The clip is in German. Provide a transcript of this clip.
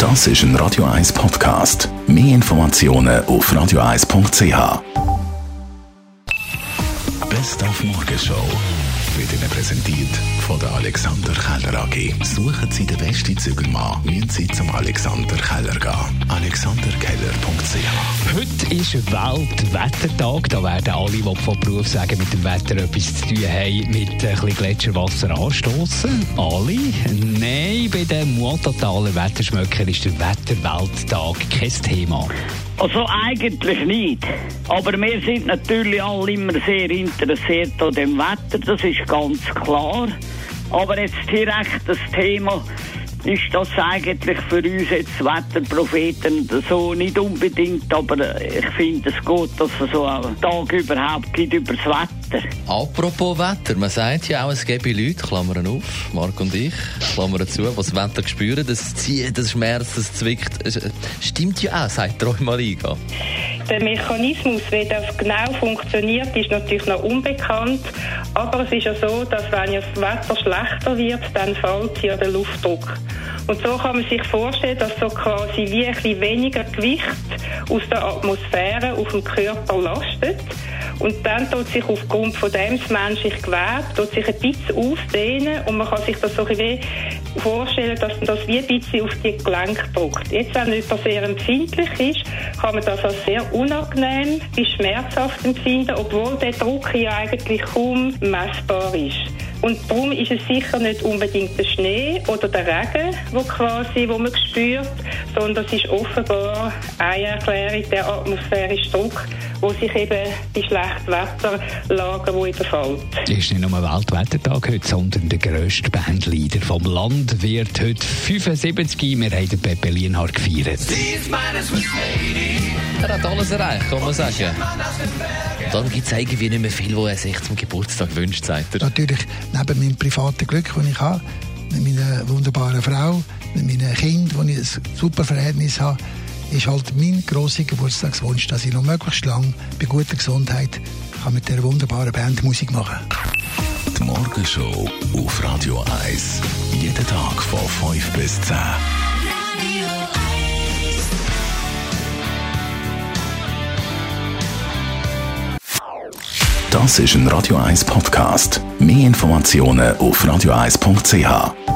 Das ist ein Radio 1 Podcast. Mehr Informationen auf radio1.ch. Best auf Morgenshow wird Ihnen präsentiert von der Alexander Keller AG. Suchen Sie den besten Zügelmann, müssen Sie zum Alexander Keller gehen. alexanderkeller.ch. Heute ist Weltwettertag. Da werden alle, die von Beruf sagen, mit dem Wetter etwas zu tun haben, mit ein bisschen Gletscherwasser anstoßen. Alle? Nein, bei den Muatataler Wetterschmöcker ist der Wetterwelttag kein Thema. Also eigentlich nicht. Aber wir sind natürlich alle immer sehr interessiert an dem Wetter, das ist ganz klar. Aber jetzt direkt das Thema, ist das eigentlich für uns jetzt Wetterpropheten so nicht unbedingt, aber ich finde es gut, dass es so einen Tag überhaupt gibt über das Wetter. Apropos Wetter, man sagt ja auch, es gäbe Leute, Klammern auf, Marc und ich, Klammern zu, die das Wetter spüren, das zieht, das schmerzt, das zwickt. Stimmt ja auch, sagt Roy Mariga. Der Mechanismus, wie das genau funktioniert, ist natürlich noch unbekannt. Aber es ist ja so, dass wenn ja das Wetter schlechter wird, dann fällt ja der Luftdruck. Und so kann man sich vorstellen, dass so quasi wie ein bisschen weniger Gewicht aus der Atmosphäre auf dem Körper lastet. Und dann tut sich aufgrund von dem das menschliche Gewebe sich ein bisschen ausdehnen und man kann sich das so ein bisschen vorstellen, dass das wie ein bisschen auf die Gelenke drückt. Jetzt, wenn jemand sehr empfindlich ist, kann man das als sehr unangenehm bis schmerzhaft empfinden, obwohl der Druck ja eigentlich kaum messbar ist. Und darum ist es sicher nicht unbedingt der Schnee oder der Regen, wo man spürt, sondern es ist offenbar eine Erklärung, der atmosphärische Druck, wo sich eben die schlechten Wetterlagen überfällt. Es ist nicht nur ein Weltwettertag heute, sondern der grösste Bandleader vom Land wird heute 75. Wir haben den Pepe Lienhard gefeiert. Er hat alles erreicht, kann man sagen. Dann gibt es irgendwie nicht mehr viel, die er sich zum Geburtstag wünscht, sagt er. Natürlich neben meinem privaten Glück, das ich habe, mit meiner wunderbaren Frau, mit meinen Kindern, wo ich ein super Verhältnis habe, ist halt mein grosser Geburtstagswunsch, dass ich noch möglichst lange bei guter Gesundheit kann mit dieser wunderbaren Band Musik machen kann. Die Morgenshow auf Radio 1. Jeden Tag von 5 bis 10. Das ist ein Radio 1 Podcast. Mehr Informationen auf radio1.ch.